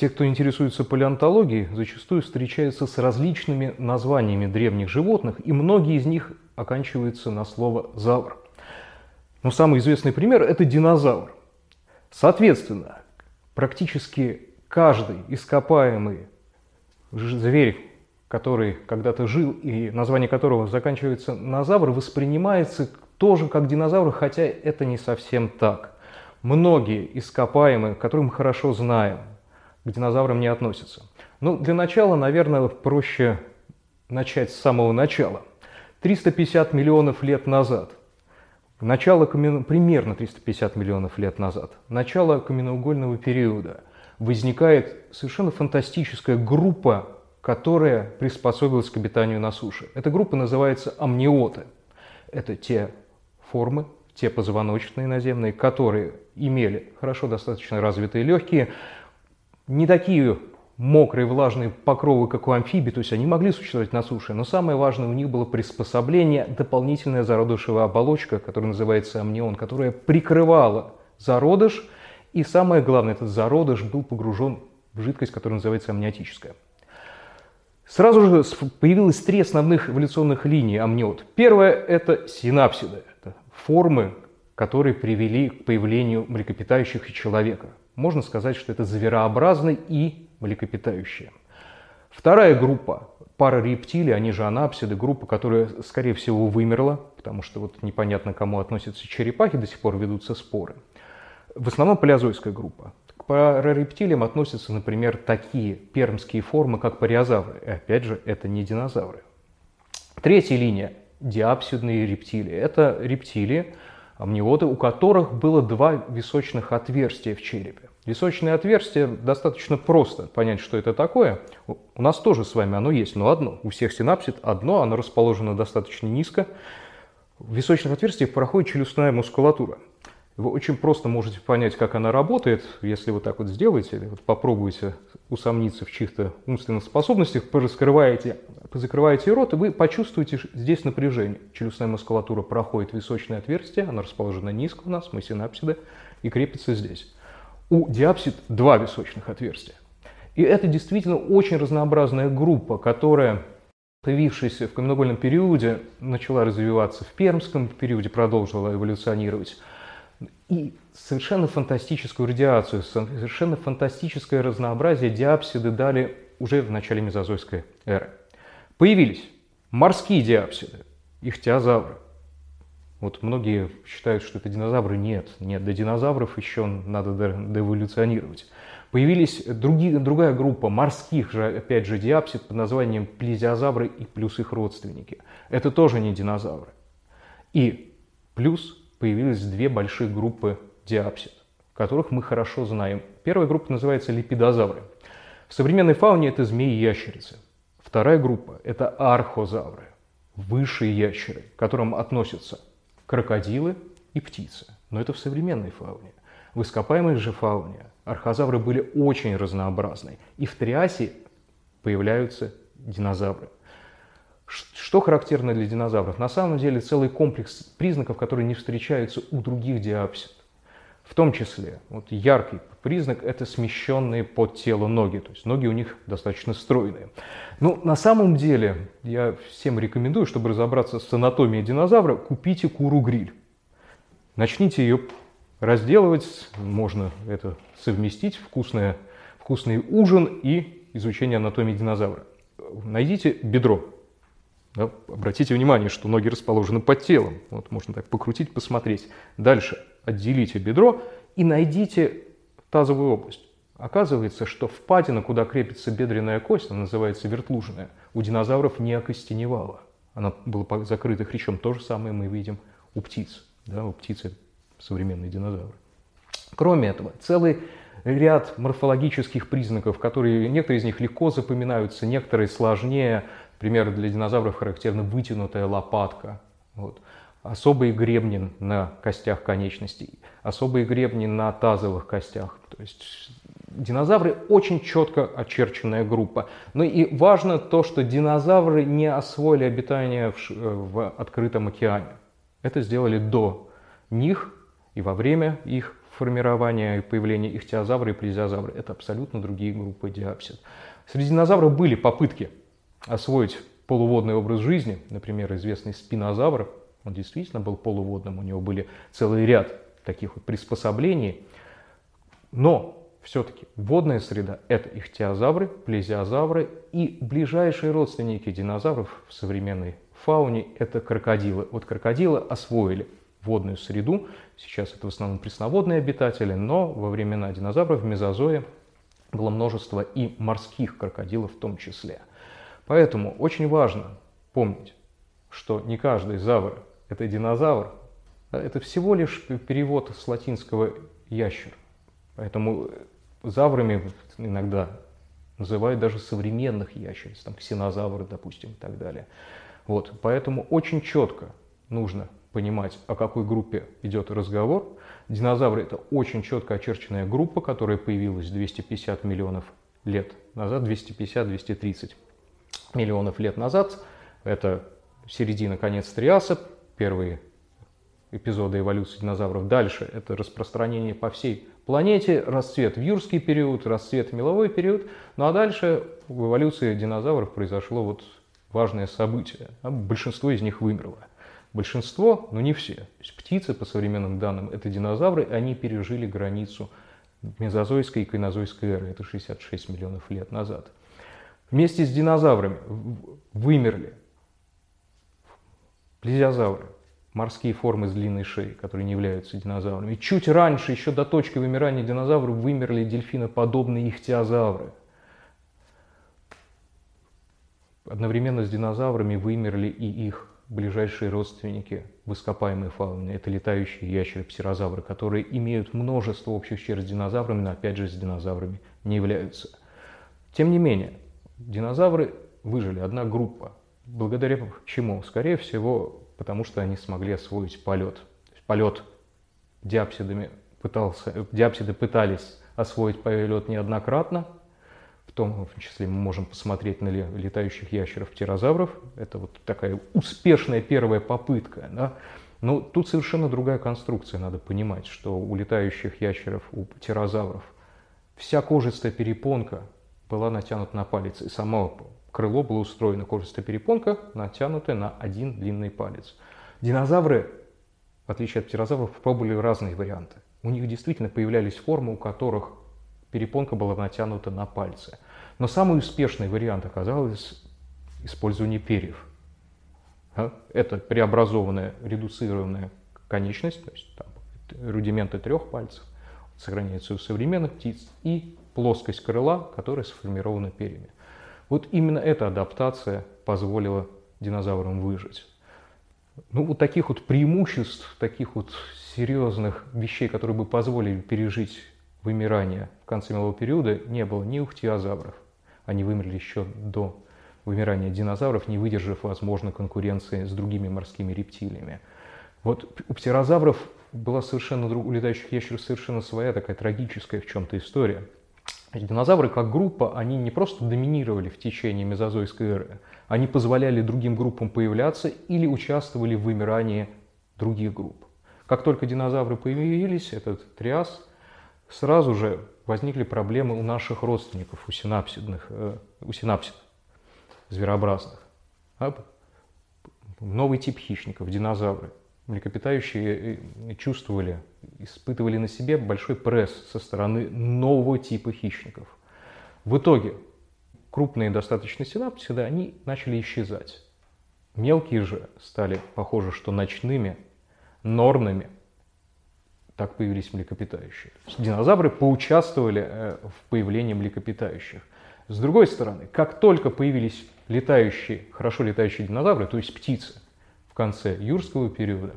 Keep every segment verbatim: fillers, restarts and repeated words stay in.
Те, кто интересуется палеонтологией, зачастую встречаются с различными названиями древних животных, и многие из них оканчиваются на слово «завр». Но самый известный пример – это динозавр. Соответственно, практически каждый ископаемый зверь, который когда-то жил и название которого заканчивается на «завр», воспринимается тоже как динозавр, хотя это не совсем так. Многие ископаемые, которые мы хорошо знаем, к динозаврам не относятся. Ну, для начала, наверное, проще начать с самого начала. триста пятьдесят миллионов лет назад, начало, примерно триста пятьдесят миллионов лет назад, начало каменноугольного периода, возникает совершенно фантастическая группа, которая приспособилась к обитанию на суше. Эта группа называется амниоты. Это те формы, те позвоночные наземные, которые имели хорошо достаточно развитые легкие, не такие мокрые влажные покровы, как у амфибий, то есть они могли существовать на суше, но самое важное у них было приспособление, дополнительная зародышевая оболочка, которая называется амнион, которая прикрывала зародыш, и самое главное, этот зародыш был погружен в жидкость, которая называется амниотическая. Сразу же появилось три основных эволюционных линии амниот. Первая – это синапсиды, это формы, которые привели к появлению млекопитающих и человека. Можно сказать, что это зверообразные и млекопитающие. Вторая группа – парарептилии, они же анапсиды, группа, которая, скорее всего, вымерла, потому что вот непонятно, к кому относятся черепахи, до сих пор ведутся споры. В основном палеозойская группа. К парарептилиям относятся, например, такие пермские формы, как париозавры. И опять же, это не динозавры. Третья линия – диапсидные рептилии. Это рептилии, амниоты, у которых было два височных отверстия в черепе. Височное отверстие достаточно просто понять, что это такое. У нас тоже с вами оно есть, но одно. У всех синапсид одно, оно расположено достаточно низко. В височных отверстиях проходит челюстная мускулатура. Вы очень просто можете понять, как она работает, если вы так вот сделаете, или вот попробуете усомниться в чьих-то умственных способностях, пораскрываете, позакрываете рот, и вы почувствуете здесь напряжение. Челюстная мускулатура проходит в височное отверстие, она расположена низко у нас, мы синапсиды, и крепится здесь. У диапсид два височных отверстия. И это действительно очень разнообразная группа, которая, появившаяся в каменноугольном периоде, начала развиваться в пермском периоде, продолжила эволюционировать. И совершенно фантастическую радиацию, совершенно фантастическое разнообразие диапсиды дали уже в начале мезозойской эры. Появились морские диапсиды, ихтиозавры. Вот многие считают, что это динозавры. Нет, нет, до динозавров еще надо доэволюционировать. Появились другие, другая группа морских же, опять же, диапсид под названием плезиозавры и плюс их родственники. Это тоже не динозавры. И плюс появились две большие группы диапсид, которых мы хорошо знаем. Первая группа называется липидозавры. В современной фауне это змеи и ящерицы. Вторая группа – это архозавры, высшие ящеры, к которым относятся крокодилы и птицы. Но это в современной фауне. В ископаемой же фауне архозавры были очень разнообразны. И в триасе появляются динозавры. Что характерно для динозавров? На самом деле целый комплекс признаков, которые не встречаются у других диапсид. В том числе вот яркий признак – это смещенные под тело ноги, то есть ноги у них достаточно стройные. Ну, на самом деле, я всем рекомендую, чтобы разобраться с анатомией динозавра, купите куру-гриль. Начните ее разделывать, можно это совместить, вкусное, вкусный ужин и изучение анатомии динозавра. Найдите бедро. Да, обратите внимание, что ноги расположены под телом. Вот можно так покрутить, посмотреть. Дальше отделите бедро и найдите тазовую область. Оказывается, что впадина, куда крепится бедренная кость, она называется вертлужная, у динозавров не окостеневала. Она была закрыта хрящом. То же самое мы видим у птиц. Да, у птиц современные динозавры. Кроме этого, целый ряд морфологических признаков, которые некоторые из них легко запоминаются, некоторые сложнее. Например, для динозавров характерна вытянутая лопатка, вот. Особые гребни на костях конечностей, особые гребни на тазовых костях. То есть динозавры очень четко очерченная группа. Но и важно то, что динозавры не освоили обитание в, в открытом океане. Это сделали до них и во время их формирования и появления ихтиозавра и плезиозавра. Это абсолютно другие группы диапсид. Среди динозавров были попытки освоить полуводный образ жизни, например, известный спинозавр. Он действительно был полуводным, у него были целый ряд таких вот приспособлений. Но все-таки водная среда – это ихтиозавры, плезиозавры и ближайшие родственники динозавров в современной фауне – это крокодилы. Вот крокодилы освоили водную среду, сейчас это в основном пресноводные обитатели, но во времена динозавров в мезозое было множество и морских крокодилов в том числе. Поэтому очень важно помнить, что не каждый завр – это динозавр, это всего лишь перевод с латинского «ящер». Поэтому заврами иногда называют даже современных ящериц, там ксенозавры, допустим, и так далее. Вот, поэтому очень четко нужно понимать, о какой группе идет разговор. Динозавры – это очень четко очерченная группа, которая появилась двести пятьдесят миллионов лет назад, двести пятьдесят — двести тридцать миллионов лет назад. Это середина, конец Триаса, первые эпизоды эволюции динозавров. Дальше это распространение по всей планете, расцвет в юрский период, расцвет в меловой период. Ну а дальше в эволюции динозавров произошло вот важное событие. Большинство из них вымерло. Большинство, но не все. То есть птицы, по современным данным, это динозавры, они пережили границу мезозойской и кайнозойской эры. Это шестьдесят шесть миллионов лет назад. Вместе с динозаврами вымерли плезиозавры, морские формы с длинной шеей, которые не являются динозаврами. И чуть раньше, еще до точки вымирания динозавров, вымерли дельфиноподобные ихтиозавры. Одновременно с динозаврами вымерли и их ближайшие родственники в ископаемой фауне. Это летающие ящеры-птерозавры, которые имеют множество общих черт с динозаврами, но опять же с динозаврами не являются. Тем не менее, динозавры выжили, одна группа. Благодаря чему? Скорее всего, потому что они смогли освоить полет. То есть полет диапсидами пытался, диапсиды пытались освоить полет неоднократно. В том числе мы можем посмотреть на летающих ящеров-птерозавров. Это вот такая успешная первая попытка. Да? Но тут совершенно другая конструкция. Надо понимать, что у летающих ящеров, у птерозавров вся кожистая перепонка была натянута на палец. И само крыло было устроено, кожистая перепонка, натянутая на один длинный палец. Динозавры, в отличие от птерозавров, пробовали разные варианты. У них действительно появлялись формы, у которых перепонка была натянута на пальцы. Но самый успешный вариант оказалось использование перьев. Это преобразованная, редуцированная конечность, то есть там, рудименты трех пальцев, сохраняются у современных птиц, и плоскость крыла, которая сформирована перьями. Вот именно эта адаптация позволила динозаврам выжить. Ну, вот таких вот преимуществ, таких вот серьезных вещей, которые бы позволили пережить вымирание в конце мелового периода, не было ни у ихтиозавров. Они вымерли еще до вымирания динозавров, не выдержав, возможно, конкуренции с другими морскими рептилиями. Вот у птерозавров была совершенно, у летающих ящеров совершенно своя такая трагическая в чем-то история. Динозавры как группа, они не просто доминировали в течение мезозойской эры, они позволяли другим группам появляться или участвовали в вымирании других групп. Как только динозавры появились, этот триас, сразу же возникли проблемы у наших родственников, у синапсидных, э, у синапсид зверообразных. А? Новый тип хищников, динозавры. Млекопитающие чувствовали, испытывали на себе большой пресс со стороны нового типа хищников. В итоге крупные достаточно синапсиды, они начали исчезать. Мелкие же стали, похоже, что ночными, норными. Так появились млекопитающие. Динозавры поучаствовали в появлении млекопитающих. С другой стороны, как только появились летающие, хорошо летающие динозавры, то есть птицы, в конце юрского периода,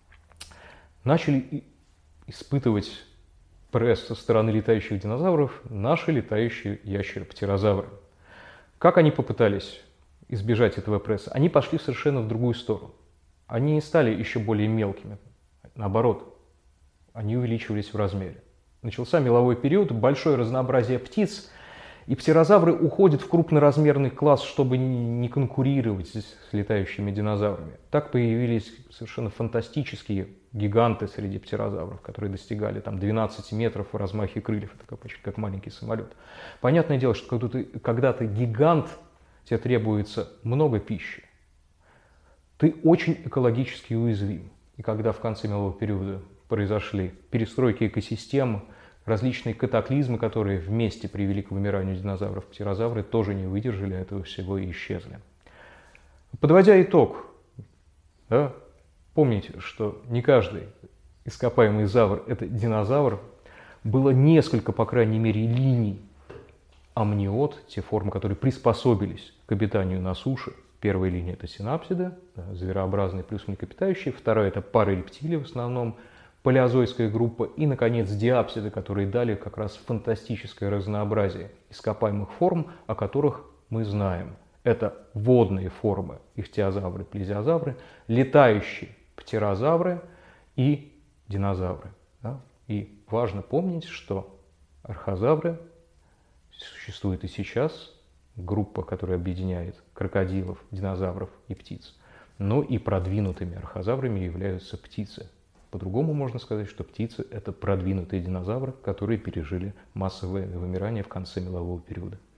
начали испытывать пресс со стороны летающих динозавров наши летающие ящеры-птерозавры. Как они попытались избежать этого пресса? Они пошли совершенно в другую сторону. Они не стали еще более мелкими. Наоборот, они увеличивались в размере. Начался меловой период, большое разнообразие птиц, и птерозавры уходят в крупноразмерный класс, чтобы не конкурировать с летающими динозаврами. Так появились совершенно фантастические гиганты среди птерозавров, которые достигали там двенадцати метров в размахе крыльев, это почти как маленький самолет. Понятное дело, что когда ты, когда ты гигант, тебе требуется много пищи, ты очень экологически уязвим. И когда в конце мелового периода произошли перестройки экосистем, различные катаклизмы, которые вместе привели к вымиранию динозавров, птерозавры тоже не выдержали этого всего и исчезли. Подводя итог, да, помните, что не каждый ископаемый завр – это динозавр. Было несколько, по крайней мере, линий амниот, те формы, которые приспособились к обитанию на суше. Первая линия – это синапсиды, да, зверообразные плюс млекопитающие. Вторая – это парарептилии, в основном палеозойская группа. И, наконец, диапсиды, которые дали как раз фантастическое разнообразие ископаемых форм, о которых мы знаем. Это водные формы, ихтиозавры, плезиозавры, летающие птерозавры и динозавры. Да? И важно помнить, что архозавры существуют и сейчас, группа, которая объединяет крокодилов, динозавров и птиц. Но и продвинутыми архозаврами являются птицы. По-другому можно сказать, что птицы – это продвинутые динозавры, которые пережили массовое вымирание в конце мелового периода.